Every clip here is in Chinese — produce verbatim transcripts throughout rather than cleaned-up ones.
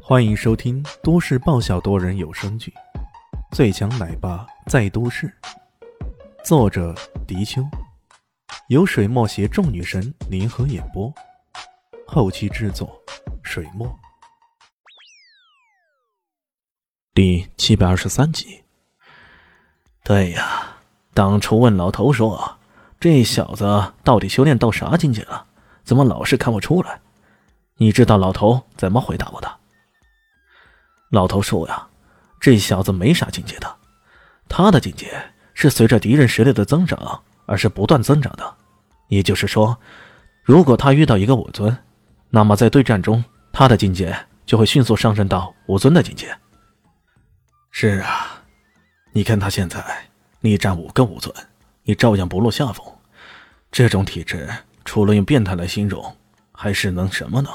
欢迎收听都市爆笑多人有声剧《最强奶爸在都市》，作者：迪秋，由水墨携众女神联合演播，后期制作：水墨。第七百二十三集。 对呀，当初问老头说，这小子到底修炼到啥境界了？怎么老是看不出来？你知道老头怎么回答我的？老头说呀，这小子没啥境界的，他的境界是随着敌人实力的增长而是不断增长的。也就是说，如果他遇到一个武尊，那么在对战中他的境界就会迅速上升到武尊的境界。是啊，你看他现在力战五个武尊，你照样不落下风。这种体质除了用变态来形容，还是能什么呢？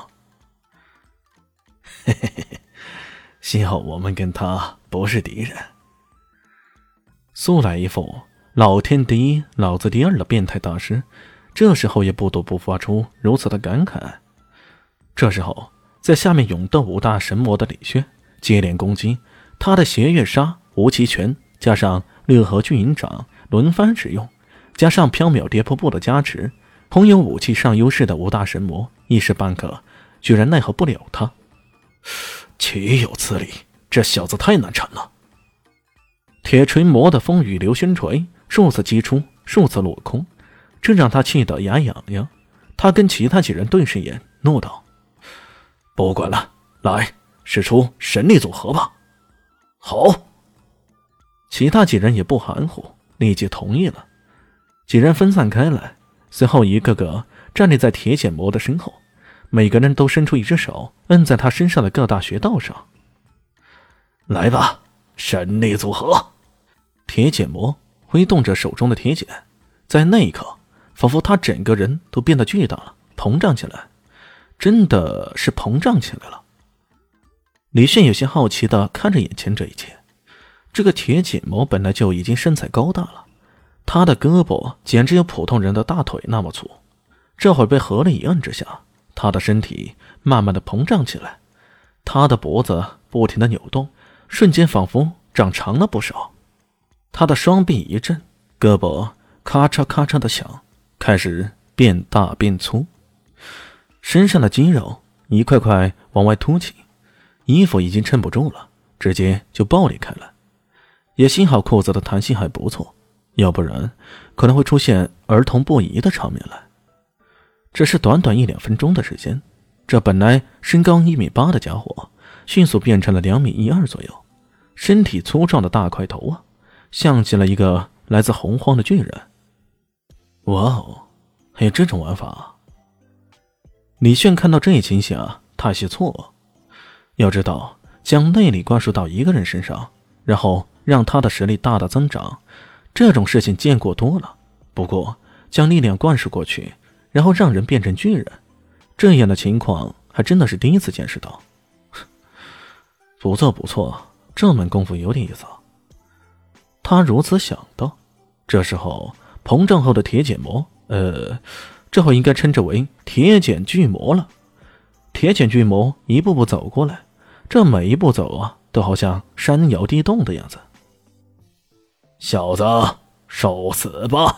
嘿嘿嘿，幸好我们跟他不是敌人。素来一副老天第一老子第二的变态大师，这时候也不得不发出如此的感慨。这时候在下面勇斗五大神魔的李轩接连攻击，他的邪月杀、无极拳加上六合巨影掌轮番使用，加上缥缈跌破步的加持，拥有武器上优势的五大神魔一时半刻居然奈何不了他。岂有此理，这小子太难缠了。铁锤魔的风雨流宣锤数次击出，数次落空，这让他气得牙痒痒。他跟其他几人对视眼，怒道：不管了，来使出神力组合吧。好。其他几人也不含糊，立即同意了。几人分散开来，随后一个个站立在铁剪魔的身后，每个人都伸出一只手摁在他身上的各大穴道上。来吧，神力组合。铁剪魔挥动着手中的铁剪，在那一刻仿佛他整个人都变得巨大了，膨胀起来，真的是膨胀起来了。李炫有些好奇地看着眼前这一切。这个铁剪魔本来就已经身材高大了，他的胳膊简直有普通人的大腿那么粗，这会被合力一摁之下，他的身体慢慢的膨胀起来，他的脖子不停的扭动，瞬间仿佛长长了不少。他的双臂一震，胳膊咔嚓咔嚓的响，开始变大变粗，身上的肌肉一块块往外凸起，衣服已经撑不住了，直接就爆裂开来。也幸好裤子的弹性还不错，要不然可能会出现儿童不宜的场面来。只是短短一两分钟的时间，这本来身高一米八的家伙迅速变成了两米一二左右，身体粗壮的大块头啊，像极了一个来自洪荒的巨人。哇哦，还有这种玩法啊！李炫看到这一情形啊，叹息错愕。要知道，将内力灌输到一个人身上，然后让他的实力大大增长，这种事情见过多了。不过，将力量灌输过去，然后让人变成巨人，这样的情况还真的是第一次见识到。不错不错，这门功夫有点意思。他如此想到。这时候膨胀后的铁剪魔，呃，这会应该称之为铁剪巨魔了。铁剪巨魔一步步走过来，这每一步走啊，都好像山摇地动的样子。小子，受死吧！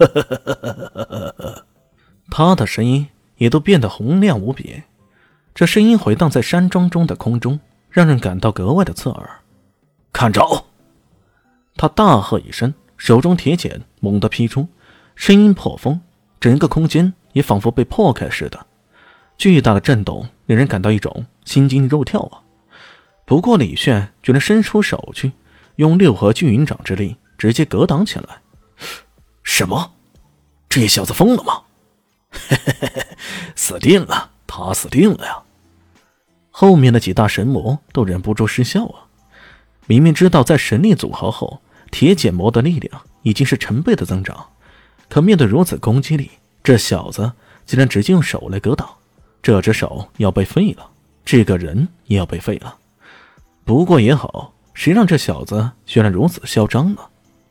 他的声音也都变得洪亮无比，这声音回荡在山庄中的空中，让人感到格外的刺耳。看着！他大喝一声，手中铁剪猛地劈出，声音破风，整个空间也仿佛被破开似的，巨大的震动令人感到一种心惊肉跳啊！不过李炫居然伸出手去，用六合巨影掌之力直接格挡起来。什么？这小子疯了吗？嘿嘿嘿嘿，死定了，他死定了呀！后面的几大神魔都忍不住失笑啊！明明知道在神力组合后，铁剪魔的力量已经是成倍的增长，可面对如此攻击力，这小子竟然直接用手来格挡，这只手要被废了，这个人也要被废了。不过也好，谁让这小子居然如此嚣张呢？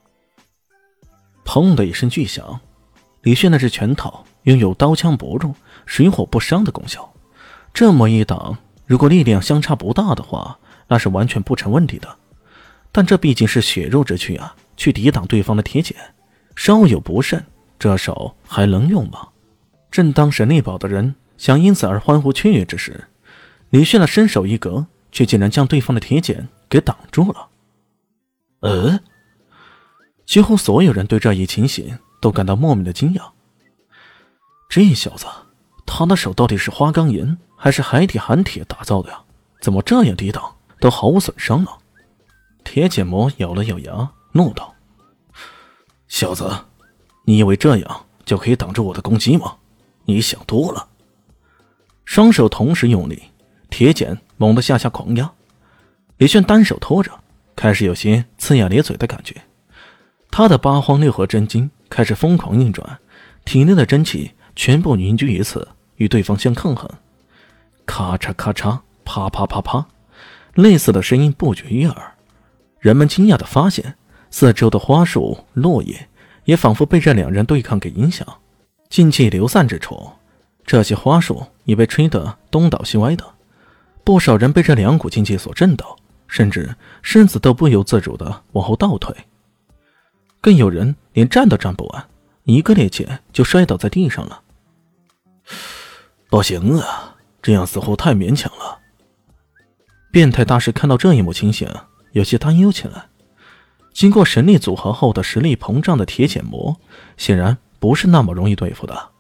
砰的一声巨响，李炫那只拳头拥有刀枪不入、水火不伤的功效，这么一挡， 如果力量相差不大的话，那是完全不成问题的。但这毕竟是血肉之躯啊，去抵挡对方的铁锏，稍有不慎，这手还能用吗？正当神力宝的人想因此而欢呼雀跃之时，李炫的伸手一格，却竟然将对方的铁锏给挡住了。呃，几乎所有人对这一情形都感到莫名的惊讶。这小子，他的手到底是花岗岩还是海底寒铁打造的呀？怎么这样抵挡都毫无损伤呢？铁剪魔咬了咬牙，怒道：小子，你以为这样就可以挡住我的攻击吗？你想多了。双手同时用力，铁剪猛地下下狂压。李炫单手托着，开始有些呲牙咧嘴的感觉。他的八荒六合真经开始疯狂运转，体内的真气全部凝聚于此，与对方相抗衡。咔嚓咔嚓，啪啪啪啪，类似的声音不绝于耳。人们惊讶地发现，四周的花树、落叶也仿佛被这两人对抗给影响。劲气流散之处，这些花树已被吹得东倒西歪的，不少人被这两股劲气所震倒，甚至身子都不由自主地往后倒退。更有人连站都站不稳，一个趔趄就摔倒在地上了。不行啊，这样似乎太勉强了。变态大师看到这一幕情形，有些担忧起来。经过神力组合后的实力膨胀的铁剪魔，显然不是那么容易对付的。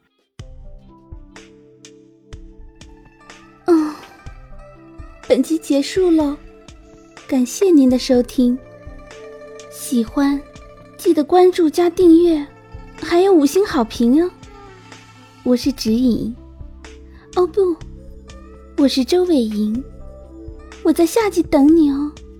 嗯，本集结束了，感谢您的收听。喜欢记得关注加订阅，还有五星好评哦。我是指引，哦不，我是周伟莹，我在下集等你哦。